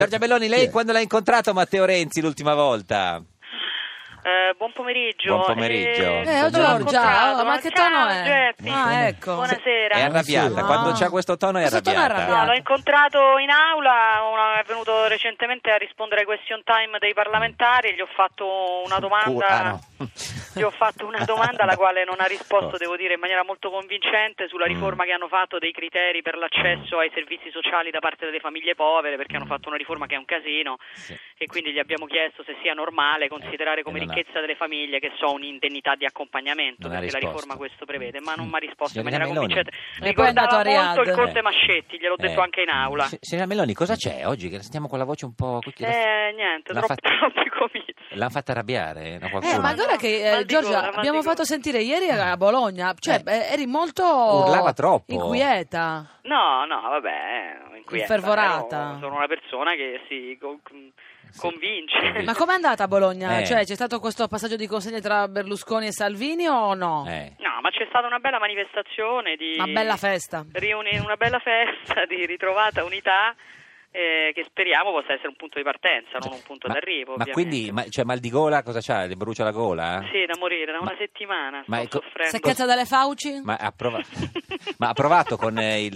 Giorgia Meloni, lei quando l'ha incontrato Matteo Renzi l'ultima volta? Buon pomeriggio. Buon pomeriggio. Giorgia, ma che tono è? Geppi. Ecco. Buonasera. È arrabbiata, quando c'ha questo tono è Questo tono è arrabbiata. No, l'ho incontrato in aula, è venuto recentemente a rispondere ai question time dei parlamentari, gli ho fatto una domanda. Gli ho fatto una domanda alla quale non ha risposto, devo dire, in maniera molto convincente sulla riforma che hanno fatto dei criteri per l'accesso ai servizi sociali da parte delle famiglie povere, perché hanno fatto una riforma che è un casino, e quindi gli abbiamo chiesto se sia normale considerare come ricchezza delle famiglie, che so, un'indennità di accompagnamento, perché la riforma questo prevede, ma non mi ha risposto in maniera convincente. E poi è andato a Ricordava molto Riyadh. il Conte Mascetti, gliel'ho detto anche in aula. Signora Meloni, cosa c'è oggi? Che stiamo con la voce un po'... Niente, troppi comizi. L'hanno fatta arrabbiare? No, qualcuno? Ma guarda che Giorgia, abbiamo fatto sentire ieri a Bologna, cioè eri molto urlava troppo. inquieta. No, vabbè, inquieta. Infervorata. Sono una persona che si convince. Ma com'è andata a Bologna? Cioè c'è stato questo passaggio di consegne tra Berlusconi e Salvini o no? No, ma c'è stata una bella manifestazione di... Una bella festa. Una bella festa di ritrovata unità. Che speriamo possa essere un punto di partenza, non un punto d'arrivo. Ma ovviamente. quindi, mal di gola cosa c'ha? Le brucia la gola? Sì, da morire, da una settimana sto soffrendo. Secchezza dalle fauci? Ma ha provato con il...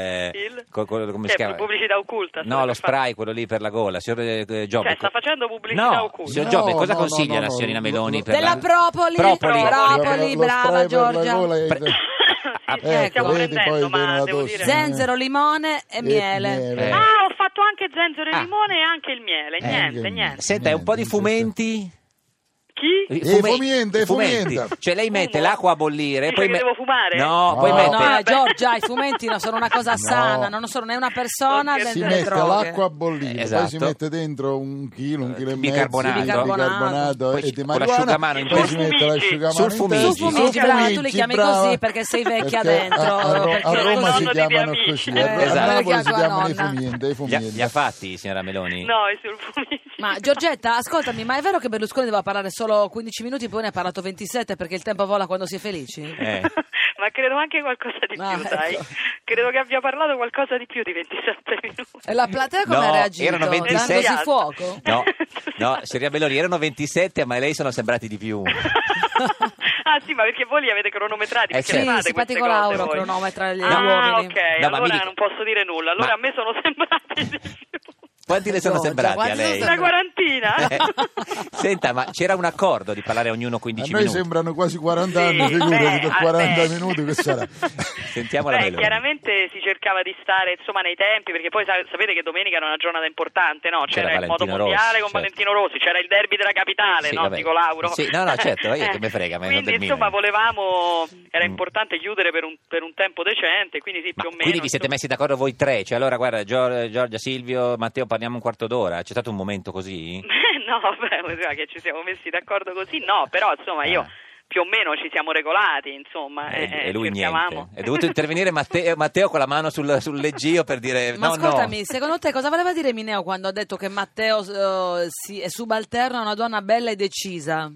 come si chiama? Pubblicità occulta. No, lo spray, quello lì per la gola. Signor Giobbe. Cioè, sta facendo pubblicità occulta. Signor Giobbe, cosa consiglia la signorina Meloni? Per Della propoli. Propoli, brava Giorgia. Stiamo prendendo, ma devo dire... Zenzero, limone e miele. Ho fatto anche zenzero e limone e anche il miele. Niente. Senta, un po' di fumenti? Chi? Fumenti. Cioè lei mette l'acqua a bollire, Dice poi che devo fumare? No, poi mette No, Giorgia, i fumenti non sono una cosa sana, non sono né una persona né si delle mette droghe. l'acqua a bollire, Esatto. poi si mette dentro un chilo e mezzo bicarbonato. di bicarbonato Poi e di con marijuana, l'asciugamano in poi testa. si mette l'asciugamano Sul in fumigi. testa. Sul fumigi, brava, tu li chiami brava. così perché sei vecchia Perché dentro. a Roma nonno si di chiamano mia così, amica. a Esatto. Napoli si Tua chiamano i nonna. fumienti. Li ha fatti, signora Meloni? No, è sul fumigi. Ma Giorgetta, ascoltami, ma è vero che Berlusconi doveva parlare solo 15 minuti, poi ne ha parlato 27 perché il tempo vola quando si è felici? Ma credo anche qualcosa di più, sai? Ecco. Credo che abbia parlato qualcosa di più di 27 minuti. E la platea come ha reagito? erano 27. Dandosi fuoco? No, signorina Meloni, erano 27, ma a lei sono sembrati di più. Ah sì, ma perché voi li avete cronometrati? Perché certo. le fate Sì, queste simpatico cose Lauro voi? cronometra gli Ah, uomini. ok, No, ma allora mi dica- non posso dire nulla. Allora Ma- a me sono sembrati di più. Quanti le sono Giorgia, sembrati a quanti lei? sono Una quarantina. Senta, ma c'era un accordo di parlare ognuno A 15 noi minuti? sembrano quasi 40 anni, Sì, figurati, per 40 beh. minuti che sarà. Sentiamo la Meloni. Chiaramente si cercava di stare insomma nei tempi, perché poi sapete che domenica era una giornata importante, no? C'era il moto Valentino mondiale Rossi, con certo. Valentino Rossi, c'era il derby della capitale, Sì, no? vabbè. Dico Lauro. Sì, no, certo, io che me frega, ma non quindi termino. insomma era importante chiudere per un tempo decente, quindi sì, Ma più o meno. quindi vi siete messi d'accordo voi tre? Cioè allora guarda, Giorgia, Silvio, Matteo, parliamo un quarto d'ora? C'è stato un momento così? No, beh, che ci siamo messi d'accordo così, no, però insomma io più o meno ci siamo regolati, insomma. E lui cercavamo. niente. È dovuto intervenire Matteo con la mano sul leggio per dire Ma no, ascoltami, secondo te cosa voleva dire Mineo quando ha detto che Matteo è subalterno a una donna bella e decisa?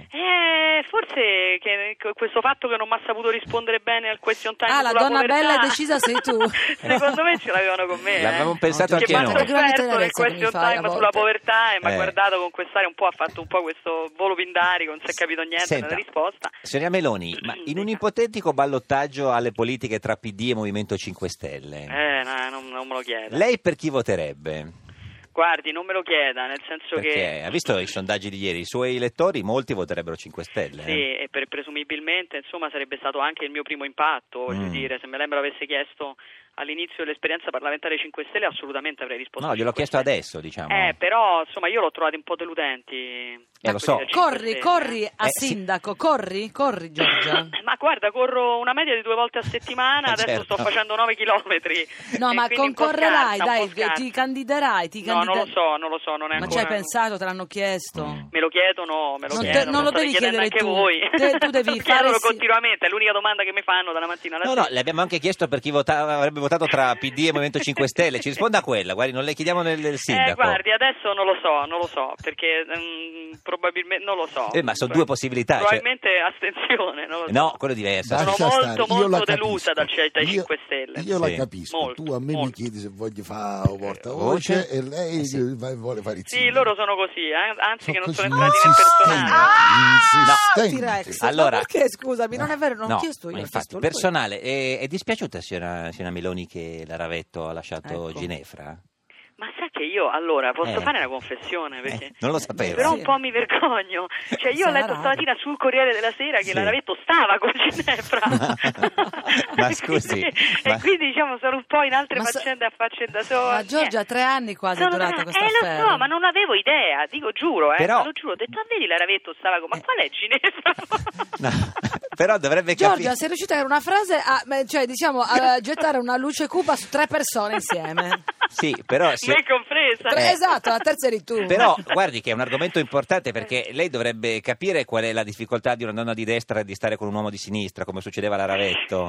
Forse che questo fatto che non mi ha saputo rispondere bene al question time la sulla donna povertà, bella e decisa sei tu. Secondo me ce l'avevano con me. L'avevamo pensato che anche mi ha noi. Che grande sofferto nel tenerezza che mi question fai a time volte. sulla povertà e mi ha Eh. guardato con quest'aria un po', ha fatto un po' questo volo pindarico, non si è capito niente Senta, nella risposta. Signora Meloni, ma in un ipotetico ballottaggio alle politiche tra PD e Movimento 5 Stelle, No, non me lo chiedo. lei per chi voterebbe? Guardi, non me lo chieda, nel senso Perché ha visto i sondaggi di ieri, i suoi elettori molti voterebbero 5 Stelle. sì, e presumibilmente insomma sarebbe stato anche il mio primo impatto, voglio dire, se me lei me l'avesse chiesto all'inizio dell'esperienza parlamentare 5 Stelle assolutamente avrei risposto. No, gliel'ho 5 chiesto Stelle. adesso, diciamo. Però insomma io l'ho trovati un po' deludenti. Lo so. quelli del 5 Stelle. Corri a sì. sindaco, corri Giorgia. Ma guarda, corro una media di 2 volte a settimana, adesso Certo. sto facendo 9 chilometri. No, e ma quindi un po' concorrerai, scarsa, un dai, po' scarsa. ti candiderai. No, non lo so, non è Ma ancora... ci hai pensato, te l'hanno chiesto? Me lo chiedono, Non chiedono. non lo state devi chiedendo chiedere anche tu. voi. Tu devi Chiedono fare continuamente, è l'unica domanda che mi fanno dalla mattina alla No, sera. le abbiamo anche chiesto per chi avrebbe votato tra PD e Movimento 5 Stelle. Ci risponda a quella, guardi, non le chiediamo del sindaco. Guardi, adesso non lo so, perché probabilmente non lo so. Ma sono due possibilità. Probabilmente astensione, non lo so. No, quello è diverso. Sono Lascia stare, molto, io la molto delusa capisco. dai 5 Stelle. Io la Sì. capisco. Molto, Tu a me mi molto. chiedi se voglio fare o portavoce e lei vuole fare il Sì, sindaco. loro sono così, anzi che non sono così entrati nel personale. insistenti. T-Rex, Allora- ma perché scusami, non è vero, non ho No, chiesto io, ma ho infatti, chiesto lui. personale, è dispiaciuta signora Meloni che la Ravetto ha lasciato Ecco. Ginevra? Ma sai che io, allora, posso fare una confessione? Perché Non lo sapevo. però un po' mi vergogno. Cioè, io ho letto Sarà. stamattina sul Corriere della Sera che Sì. la Ravetto stava con Ginevra. Ma scusi, E quindi, diciamo, sono un po' in altre Ma faccende a faccenda. Ma Giorgia, 3 anni quasi è durata questa lo affare. so, ma non avevo idea, dico, giuro, Però- ma lo giuro. Ho detto, vedi, la Ravetto stava con... Ma qual è Ginevra? No, però dovrebbe Giorgia, capire. sei riuscita a avere una frase, cioè diciamo, a gettare una luce cupa su 3 persone insieme. Sì, però Me compresa. Esatto, la terza eri tu. Però guardi che è un argomento importante perché lei dovrebbe capire qual è la difficoltà di una donna di destra di stare con un uomo di sinistra, come succedeva alla Ravetto.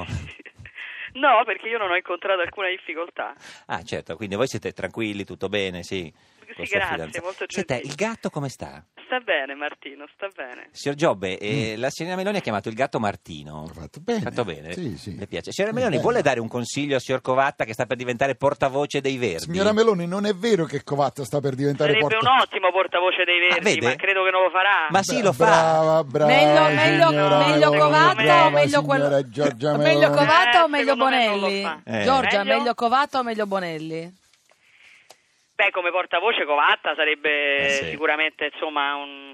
No, perché io non ho incontrato alcuna difficoltà. Ah, certo, quindi voi siete tranquilli, tutto bene, sì. Sì, con sua grazie, fidanzata. molto Senta, gentile. il gatto come sta? Sta bene, Martino, sta bene. Signor Giobbe, la signora Meloni ha chiamato il gatto Martino. Ha fatto bene. Fatto bene? Sì. Le piace? Signora Meloni, Bene. vuole dare un consiglio al signor Covatta che sta per diventare portavoce dei Verdi? Signora Meloni, non è vero che Covatta sta per diventare Sarebbe un ottimo portavoce dei Verdi, vede? ma credo che non lo farà. Ma sì, lo fa. Brava, Meglio signora Covatta Meloni, o meglio quello? signora Giorgia Meglio Meloni. Covatta o meglio secondo me non lo Bonelli? fa. Giorgia, Meglio? meglio Covatta o meglio Bonelli? Beh, come portavoce Covatta sarebbe sì. sicuramente, insomma,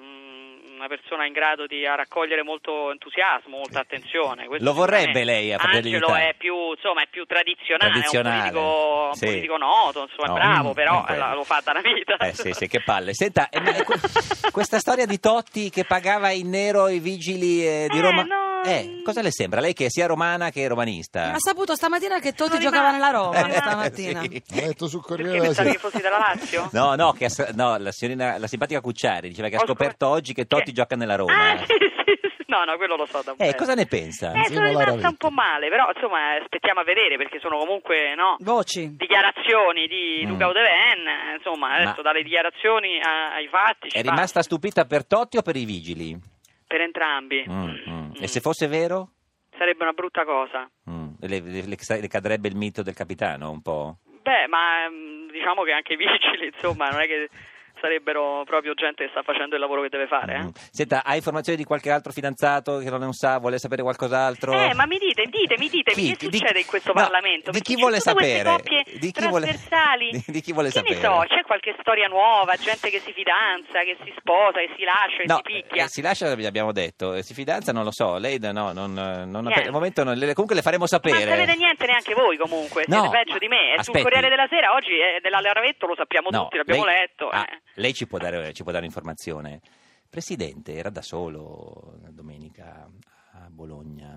una persona in grado di raccogliere molto entusiasmo, molta attenzione. Questo Lo vorrebbe sicuramente. lei a Fratelli Angelo d'Italia? è più tradizionale, Tradizionale, è un sì. politico noto, insomma, No, bravo, però quello. lo fa da una vita. Sì, che palle. Senta, questa storia di Totti che pagava in nero i vigili di Roma... no. Cosa le sembra? Lei che è sia romana che romanista? Ha saputo stamattina che Totti Sono giocava rimasta- nella Roma stamattina. Sì. Ha letto sul Corriere Perché della pensavi Sera. che fossi dalla Lazio? No, la signorina, la simpatica Cucciari diceva che ha Ho scoperto oggi che Totti gioca nella Roma. Ah, sì. No, quello lo so davvero. Cosa ne pensa? Insieme Sono alla rimasta Ravetto. un po' male, però insomma aspettiamo a vedere perché sono comunque Voci. dichiarazioni di Luca Odeven, insomma adesso dalle dichiarazioni ai fatti ci È rimasta stupita per Totti o per i vigili? per entrambi. E se fosse vero? Sarebbe una brutta cosa. Le cadrebbe il mito del capitano un po'? Beh, ma diciamo che anche i vigili, insomma, non è che sarebbero proprio gente che sta facendo il lavoro che deve fare. Senta, ha informazioni di qualche altro fidanzato che non sa, vuole sapere qualcos'altro? Ma ditemi, che succede in questo Parlamento? Di chi Perché vuole ci sono tutte sapere? queste coppie Di chi vuole- trasversali. di chi vuole Che sapere? ne so, c'è qualche storia nuova, gente che si fidanza, che si sposa, che si lascia, che No, si picchia. si lascia, abbiamo detto, si fidanza non lo so, lei no, Niente. al momento comunque le faremo Ma non sapere. sapete niente neanche voi comunque, No, siete peggio di me. È sul aspetti. Corriere della Sera, oggi è della Ravetto, lo sappiamo No, tutti, l'abbiamo letto. Lei ci può dare un'informazione. Presidente era da solo domenica a Bologna.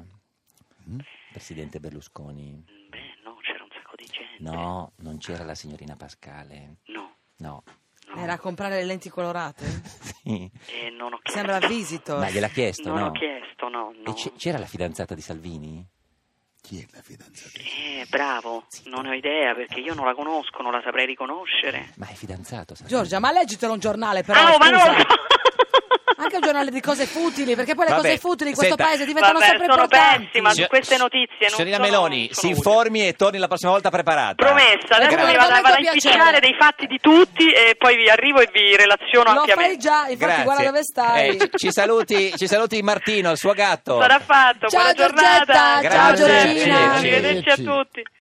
Presidente Berlusconi. Beh, no, c'era un sacco di gente. No, non c'era la signorina Pascale. No. Era a comprare le lenti colorate? Sì. Non ho chiesto. Sembra visitor. Ma gliel'ha chiesto, Non no? ho chiesto, no. E c'era la fidanzata di Salvini? Chi è la fidanzata? Bravo, non ho idea perché io non la conosco, non la saprei riconoscere. Ma è fidanzato, Salvini? Giorgia, ma leggitelo un giornale però, ma non lo scusa. so. Anche un giornale di cose futili, perché poi le Vabbè, cose futili in questo senta. paese diventano Vabbè, sempre sono importanti. pessima su queste notizie. Non Signorina sono- Meloni, non si sono informi e torni la prossima volta preparata. Promessa, adesso Grazie. mi vado a Con impicciare piacere. dei fatti di tutti e poi vi arrivo e vi relaziono Lo ampiamente. fai già, infatti Grazie. guarda dove stai. Ci saluti Martino, il suo gatto. Sarà fatto, Ciao, buona giornata. Giorgetta, ciao, Grazie. Giorgina. Arrivederci a tutti.